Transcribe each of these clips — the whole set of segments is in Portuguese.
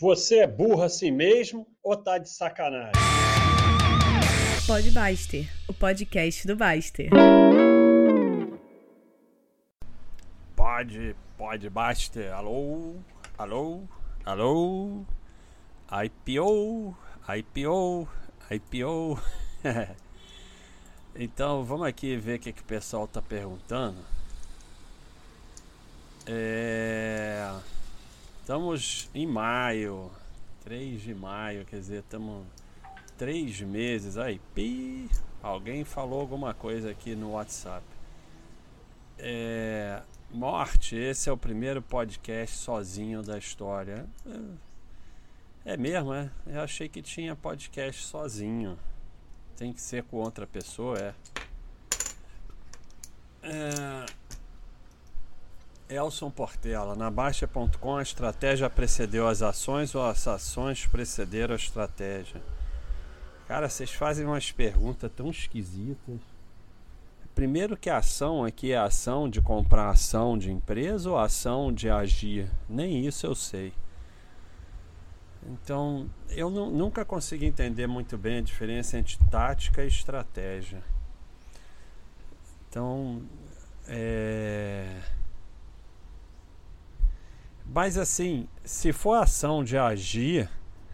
Você é burro assim mesmo ou tá de sacanagem? Pode Baster, o podcast do Baster. Pode Baster, alô, IPO. Então, vamos aqui ver o que o pessoal tá perguntando. Estamos em maio, 3 de maio, quer dizer, estamos 3 meses aí. Alguém falou alguma coisa aqui no WhatsApp. Morte, esse é o primeiro podcast sozinho da história. É mesmo, é? Eu achei que tinha podcast sozinho. Tem que ser com outra pessoa, Elson Portela, na Baixa.com, a estratégia precedeu as ações ou as ações precederam a estratégia? Cara, vocês fazem umas perguntas tão esquisitas. Primeiro que a ação aqui é a ação de comprar ação de empresa ou a ação de agir? Nem isso eu sei. Então, eu nunca consegui entender muito bem a diferença entre tática e estratégia. Então, Mas assim, se for ação de agir,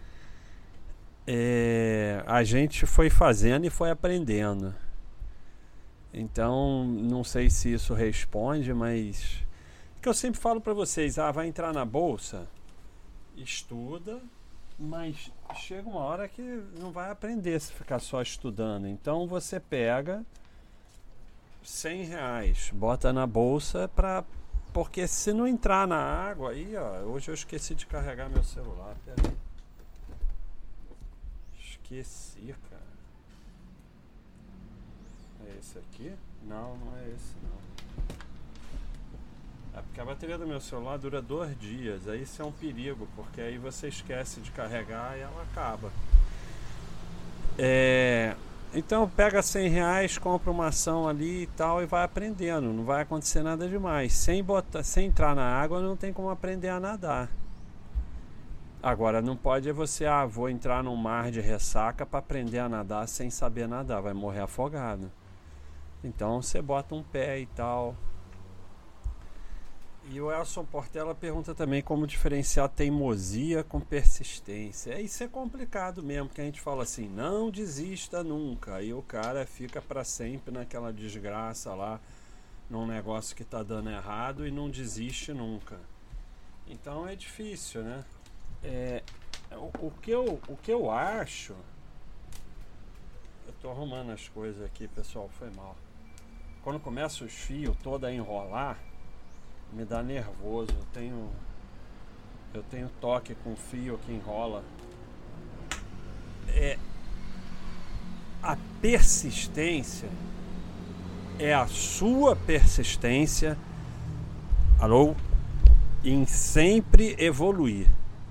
a gente foi fazendo e foi aprendendo. Então, não sei se isso responde, mas... O que eu sempre falo para vocês, vai entrar na bolsa, estuda, mas chega uma hora que não vai aprender se ficar só estudando. Então, você pega R$100, bota na bolsa porque se não entrar na água, aí, hoje eu esqueci de carregar meu celular. Pera aí. Esqueci, cara. É esse aqui? Não é esse não. É porque a bateria do meu celular dura 2 dias. Aí isso é um perigo, porque aí você esquece de carregar e ela acaba. Então pega R$100, compra uma ação ali e tal e vai aprendendo. Não vai acontecer nada demais. Sem entrar na água não tem como aprender a nadar. Agora não pode você, vou entrar num mar de ressaca para aprender a nadar sem saber nadar. Vai morrer afogado. Então você bota um pé e tal. E o Elson Portela pergunta também como diferenciar teimosia com persistência. Isso é complicado mesmo, porque a gente fala assim, não desista nunca. Aí o cara fica para sempre naquela desgraça lá, num negócio que tá dando errado e não desiste nunca. Então é difícil, né? O que eu acho... Eu tô arrumando as coisas aqui, pessoal, foi mal. Quando começa os fios todo a enrolar, me dá nervoso. Eu tenho toque com fio que enrola. A persistência é a sua persistência, em sempre evoluir.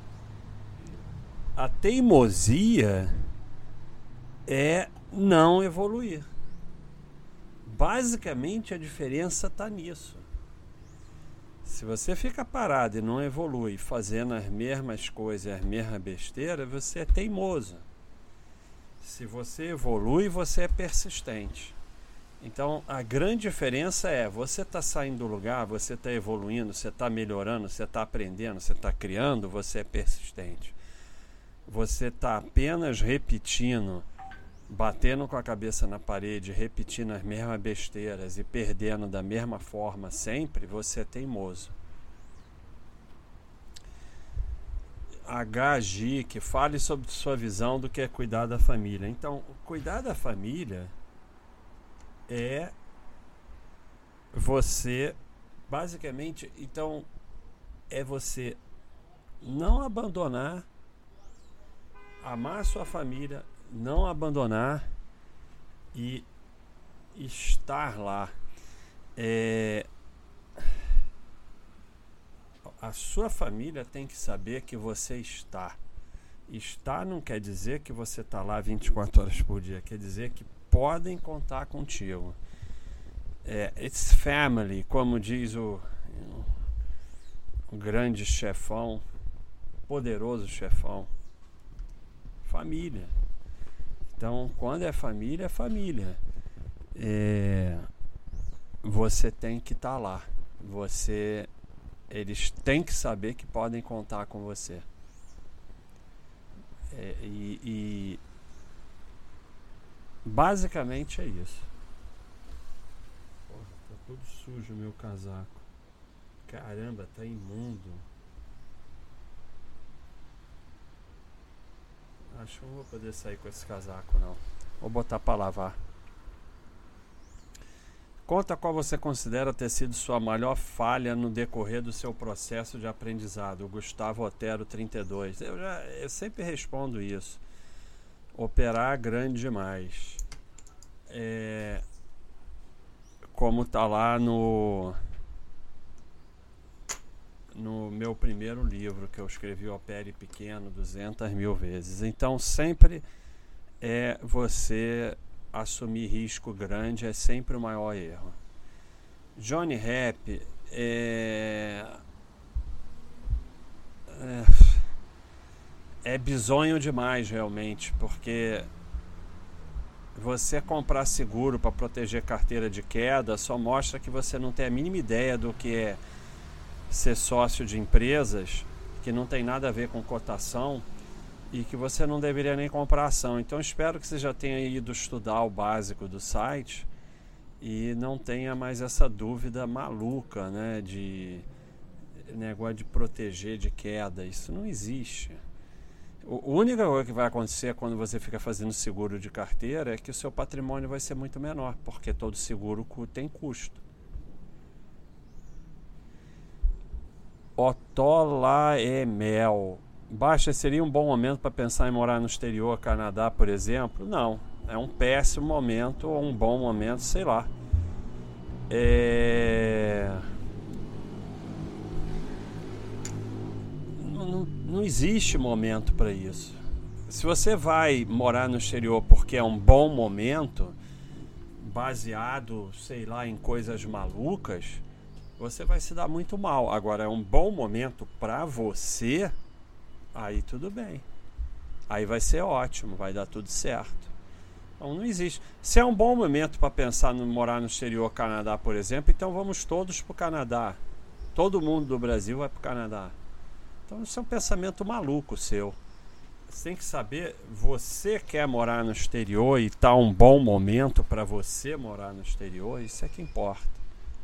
A teimosia é não evoluir. Basicamente a diferença está nisso. Se você fica parado e não evolui fazendo as mesmas coisas, as mesmas besteiras, você é teimoso. Se você evolui, você é persistente. Então a grande diferença é, você está saindo do lugar, você está evoluindo, você está melhorando, você está aprendendo, você está criando, você é persistente. Você está apenas repetindo, batendo com a cabeça na parede, repetindo as mesmas besteiras e perdendo da mesma forma sempre, você é teimoso. HG, que fale sobre sua visão do que é cuidar da família. Então, cuidar da família é você, basicamente, então, é você não abandonar, amar sua família, não abandonar e estar lá. A sua família tem que saber que você está. Estar não quer dizer que você está lá 24 horas por dia, quer dizer que podem contar contigo. It's family, como diz o grande chefão Poderoso Chefão. Família. Então, quando é família, é família. Você tem que estar lá. Eles têm que saber que podem contar com você. Basicamente é isso. Porra, tá todo sujo o meu casaco. Caramba, tá imundo. Acho que não vou poder sair com esse casaco, não. Vou botar pra lavar. Conta qual você considera ter sido sua maior falha no decorrer do seu processo de aprendizado. O Gustavo Otero, 32. Eu sempre respondo isso. Operar grande demais. Como tá lá no meu primeiro livro que eu escrevi, Opere Pequeno, 200 mil vezes. Então sempre você assumir risco grande é sempre o maior erro. Johnny Rep é bizonho demais realmente, porque você comprar seguro para proteger carteira de queda só mostra que você não tem a mínima ideia do que é ser sócio de empresas, que não tem nada a ver com cotação e que você não deveria nem comprar ação. Então espero que você já tenha ido estudar o básico do site e não tenha mais essa dúvida maluca, né, de negócio de proteger de queda. Isso não existe. A única coisa que vai acontecer quando você fica fazendo seguro de carteira é que o seu patrimônio vai ser muito menor, porque todo seguro tem custo. Otolaemel. Baixa, seria um bom momento para pensar em morar no exterior, Canadá, por exemplo? Não. É um péssimo momento ou um bom momento, sei lá. Não existe momento para isso. Se você vai morar no exterior porque é um bom momento, baseado, sei lá, em coisas malucas, você vai se dar muito mal. Agora, é um bom momento para você, aí tudo bem. Aí vai ser ótimo, vai dar tudo certo. Então não existe. Se é um bom momento para pensar em morar no exterior, Canadá, por exemplo, então vamos todos para o Canadá. Todo mundo do Brasil vai para o Canadá. Então isso é um pensamento maluco seu. Você tem que saber, você quer morar no exterior e está um bom momento para você morar no exterior, isso é que importa.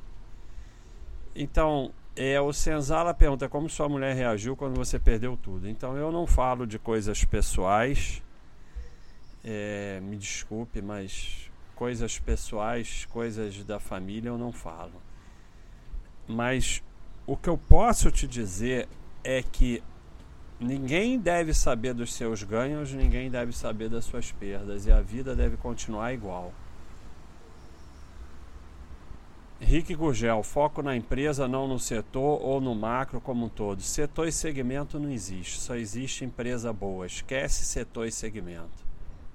Então, o Senzala pergunta como sua mulher reagiu quando você perdeu tudo. Então, eu não falo de coisas pessoais, me desculpe, mas coisas pessoais, coisas da família eu não falo. Mas o que eu posso te dizer é que ninguém deve saber dos seus ganhos, ninguém deve saber das suas perdas, e a vida deve continuar igual. Rick Gurgel, foco na empresa, não no setor ou no macro como um todo. Setor e segmento não existe, só existe empresa boa. Esquece setor e segmento.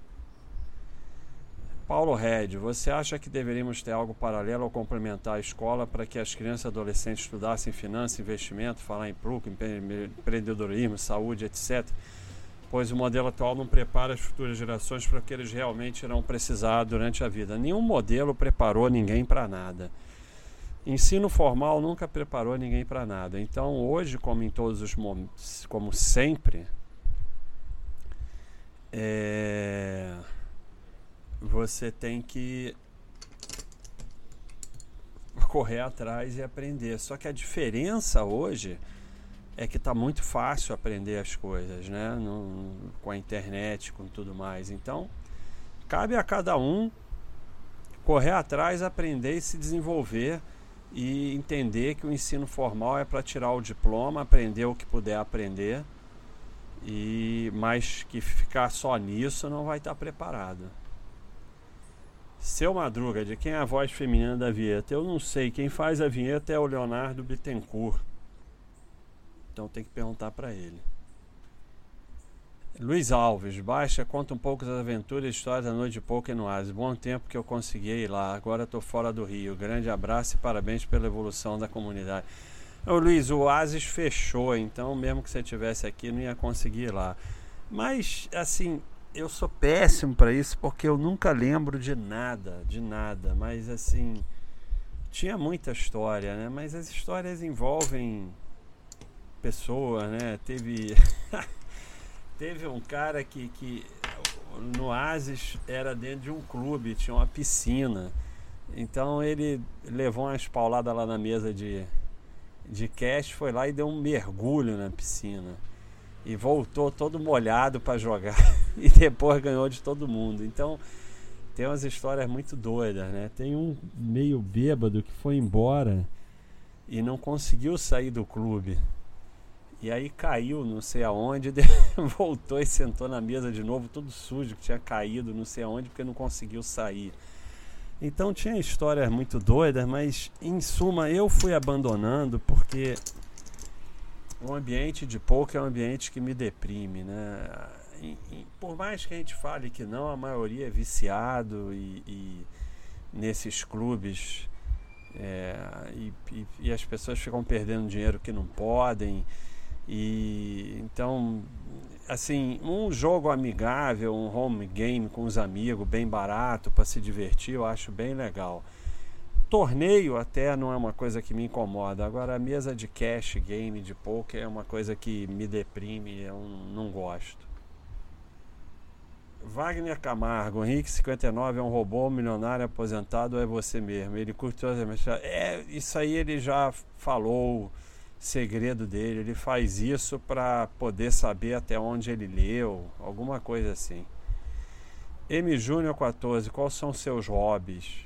Paulo Red, você acha que deveríamos ter algo paralelo ou complementar à escola para que as crianças e adolescentes estudassem finanças, investimento, falar em lucro, empreendedorismo, saúde, etc., pois o modelo atual não prepara as futuras gerações para o que eles realmente irão precisar durante a vida. Nenhum modelo preparou ninguém para nada. Ensino formal nunca preparou ninguém para nada. Então, hoje, como em todos os momentos, como sempre, você tem que correr atrás e aprender. Só que a diferença hoje é que está muito fácil aprender as coisas, né? Com a internet, com tudo mais. Então, cabe a cada um correr atrás, aprender e se desenvolver e entender que o ensino formal é para tirar o diploma, aprender o que puder aprender, mas que ficar só nisso não vai estar preparado. Seu Madruga, de quem é a voz feminina da vinheta? Eu não sei, quem faz a vinheta é o Leonardo Bittencourt. Então tem que perguntar para ele. Luiz Alves, baixa, conta um pouco das aventuras e histórias da noite de poker no Oasis. Bom tempo que eu consegui ir lá, agora estou fora do Rio. Grande abraço e parabéns pela evolução da comunidade. Ô Luiz, o Oasis fechou, então mesmo que você estivesse aqui não ia conseguir ir lá. Mas, assim, eu sou péssimo para isso porque eu nunca lembro de nada. Mas, assim, tinha muita história, né? Mas as histórias envolvem pessoas, né? Teve um cara que no Oasis era dentro de um clube, tinha uma piscina. Então ele levou umas pauladas lá na mesa de cash, foi lá e deu um mergulho na piscina. E voltou todo molhado para jogar. E depois ganhou de todo mundo. Então tem umas histórias muito doidas, né? Tem um meio bêbado que foi embora e não conseguiu sair do clube. E aí caiu não sei aonde, voltou e sentou na mesa de novo, todo sujo, que tinha caído não sei aonde, porque não conseguiu sair. Então tinha histórias muito doidas, mas em suma eu fui abandonando porque o ambiente de poker é um ambiente que me deprime, né? Por mais que a gente fale que não, a maioria é viciado e nesses clubes e as pessoas ficam perdendo dinheiro que não podem. E então, assim, um jogo amigável, um home game com os amigos, bem barato para se divertir, eu acho bem legal. Torneio até não é uma coisa que me incomoda. Agora a mesa de cash game de poker é uma coisa que me deprime, eu não gosto. Wagner Camargo, Henrique 59 é um robô milionário aposentado ou é você mesmo? Ele curte isso aí ele já falou. Segredo dele, ele faz isso para poder saber até onde ele leu, alguma coisa assim. M Júnior 14, quais são seus hobbies?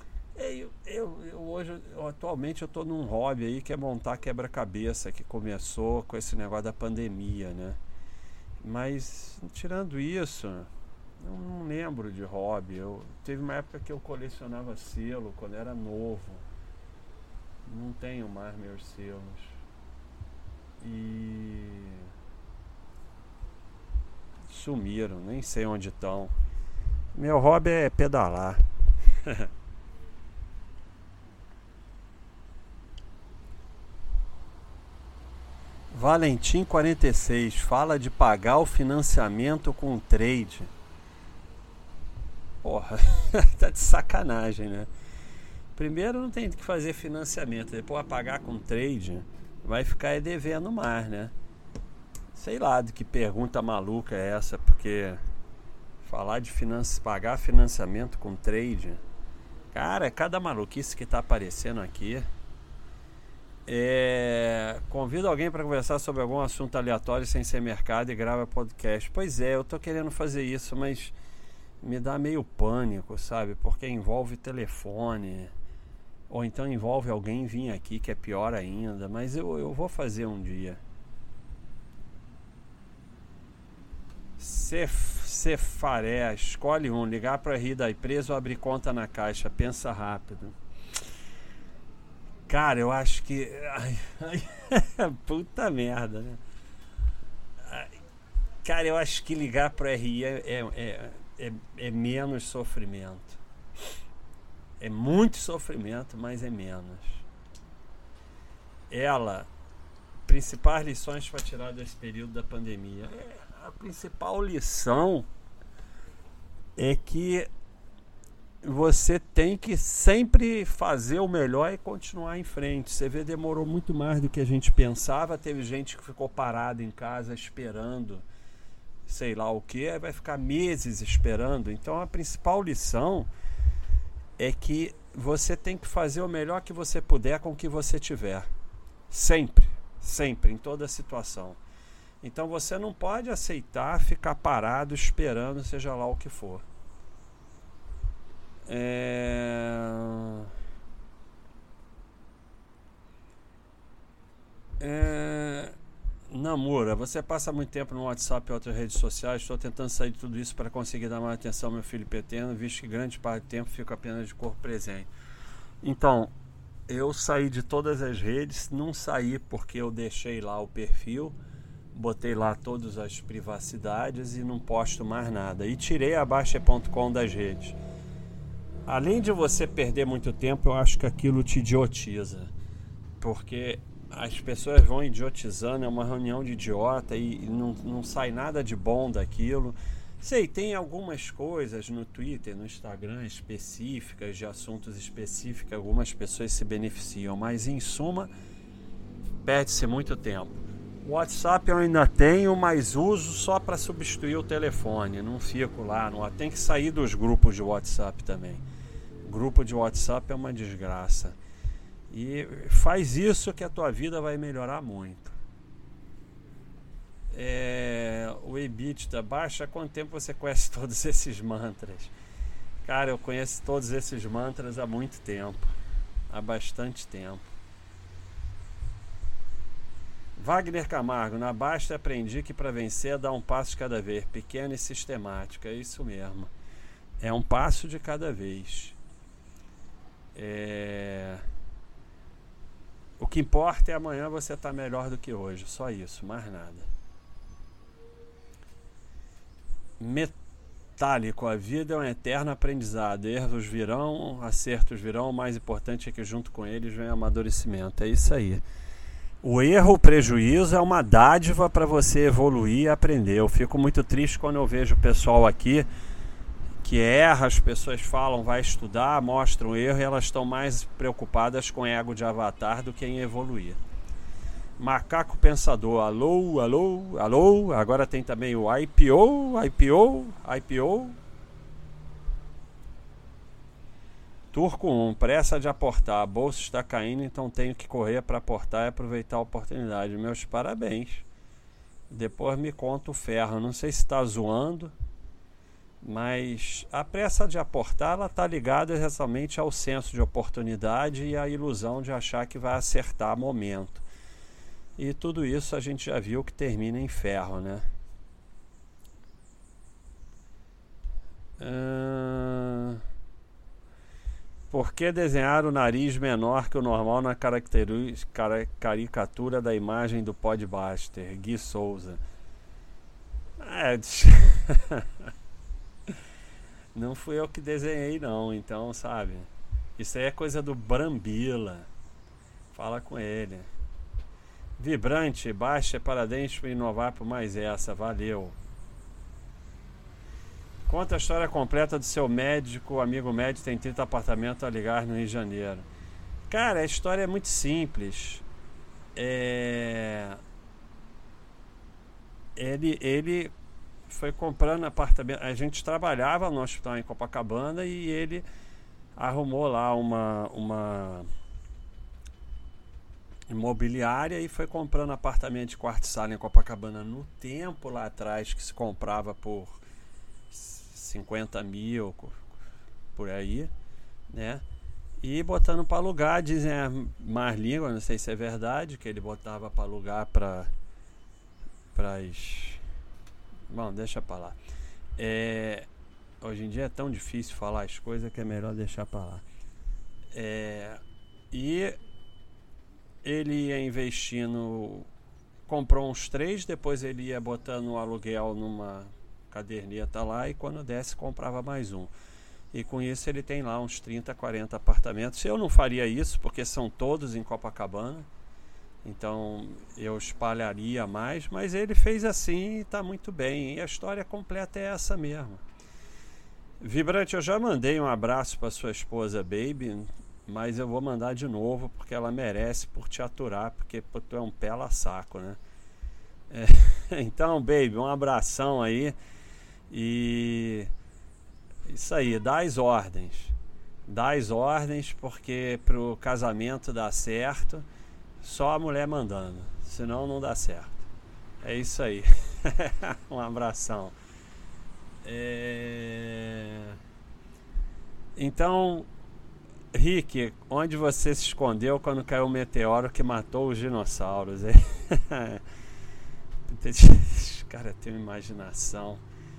Atualmente eu estou num hobby aí que é montar quebra-cabeça, que começou com esse negócio da pandemia, né? Mas tirando isso, eu não lembro de hobby. Teve uma época que eu colecionava selo quando era novo. Não tenho mais meus selos. E sumiram, nem sei onde estão. Meu hobby é pedalar. Valentim 46 fala de pagar o financiamento com trade. Porra, tá de sacanagem, né? Primeiro não tem que fazer financiamento, depois pagar com trade, vai ficar devendo mais, né? Sei lá de que pergunta maluca é essa, porque falar de pagar financiamento com trade, cara, cada maluquice que tá aparecendo aqui. Convido alguém para conversar sobre algum assunto aleatório sem ser mercado e grava podcast. Pois é, eu tô querendo fazer isso, mas me dá meio pânico, sabe? Porque envolve telefone, ou então envolve alguém vir aqui, que é pior ainda. Mas eu vou fazer um dia. Cefaré, escolhe um: ligar para rir da empresa ou abrir conta na Caixa. Pensa rápido. Cara, eu acho que... Puta merda, né? Cara, eu acho que ligar para RI é menos sofrimento. É muito sofrimento, mas é menos. Principais lições para tirar desse período da pandemia. A principal lição é que você tem que sempre fazer o melhor e continuar em frente. Você vê, demorou muito mais do que a gente pensava. Teve gente que ficou parada em casa esperando sei lá o que, aí vai ficar meses esperando. Então a principal lição é que você tem que fazer o melhor que você puder com o que você tiver. Sempre, sempre, em toda situação. Então você não pode aceitar ficar parado esperando seja lá o que for. Namura, você passa muito tempo no WhatsApp e outras redes sociais. Estou tentando sair de tudo isso para conseguir dar mais atenção ao meu filho pequeno, visto que grande parte do tempo fico apenas de corpo presente. Então, eu saí de todas as redes. Não saí porque eu deixei lá o perfil, botei lá todas as privacidades e não posto mais nada. E tirei a Baixa.com das redes. Além de você perder muito tempo, eu acho que aquilo te idiotiza. Porque as pessoas vão idiotizando, é uma reunião de idiota e não sai nada de bom daquilo. Sei, tem algumas coisas no Twitter, no Instagram específicas, de assuntos específicos, algumas pessoas se beneficiam, mas em suma, perde-se muito tempo. O WhatsApp eu ainda tenho, mas uso só para substituir o telefone, não fico lá, tem que sair dos grupos de WhatsApp também. Grupo de WhatsApp é uma desgraça. E faz isso que a tua vida vai melhorar muito. O EBITDA baixa. Há quanto tempo você conhece todos esses mantras? Cara, eu conheço todos esses mantras há muito tempo. Há bastante tempo. Wagner Camargo, na Basta aprendi que para vencer é dar um passo de cada vez, pequeno e sistemático. É isso mesmo. É um passo de cada vez. O que importa é amanhã você estar melhor do que hoje. Só isso, mais nada. Metálico, a vida é um eterno aprendizado. Erros virão, acertos virão. O mais importante é que junto com eles vem o amadurecimento. É isso aí. O erro, o prejuízo é uma dádiva para você evoluir e aprender. Eu fico muito triste quando eu vejo o pessoal aqui que erra, as pessoas falam, vai estudar, mostram erro e elas estão mais preocupadas com ego de avatar do que em evoluir. Macaco Pensador, alô, alô, alô. Agora tem também o IPO. Turco 1, pressa de aportar. A bolsa está caindo, então tenho que correr para aportar e aproveitar a oportunidade. Meus parabéns. Depois me conta o ferro. Não sei se está zoando, mas a pressa de aportar ela está ligada exatamente ao senso de oportunidade e à ilusão de achar que vai acertar momento. E tudo isso a gente já viu que termina em ferro, né? Por que desenhar o nariz menor que o normal na caricatura da imagem do Podbuster? Gui Souza. Não fui eu que desenhei não, então, sabe? Isso aí é coisa do Brambila. Fala com ele. Vibrante, baixa, parabéns por inovar por mais essa, valeu. Conta a história completa do seu médico, amigo médico, tem 30 apartamentos a ligar no Rio de Janeiro. Cara, a história é muito simples. Ele foi comprando apartamento. A gente trabalhava no hospital em Copacabana e ele arrumou lá uma imobiliária e foi comprando apartamento de quarto e sala em Copacabana no tempo lá atrás que se comprava por 50 mil por aí, né? E botando para alugar, dizem a más língua, não sei se é verdade, que ele botava para alugar para as... Bom, deixa para lá. Hoje em dia é tão difícil falar as coisas que é melhor deixar para lá. E ele ia investindo, comprou uns 3, depois ele ia botando o aluguel numa caderneta lá e quando desse comprava mais um. E com isso ele tem lá uns 30, 40 apartamentos. Eu não faria isso porque são todos em Copacabana, então eu espalharia mais, mas ele fez assim e está muito bem. E a história completa é essa mesmo. Vibrante, eu já mandei um abraço para sua esposa Baby, mas eu vou mandar de novo porque ela merece por te aturar, porque tu é um pela-saco, né? Então, Baby, um abração aí. E isso aí, dá as ordens, porque pro casamento dar certo só a mulher mandando, senão não dá certo. É isso aí. Um abração. Então, Rick, onde você se escondeu quando caiu o meteoro que matou os dinossauros? Os caras têm uma imaginação.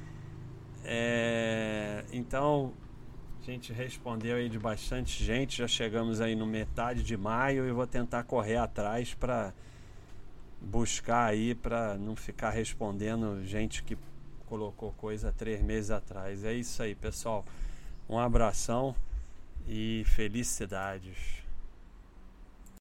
Então a gente respondeu aí de bastante gente. Já chegamos aí no metade de maio e vou tentar correr atrás para buscar aí, para não ficar respondendo gente que colocou coisa 3 meses atrás. É isso aí, pessoal. Um abração e felicidades.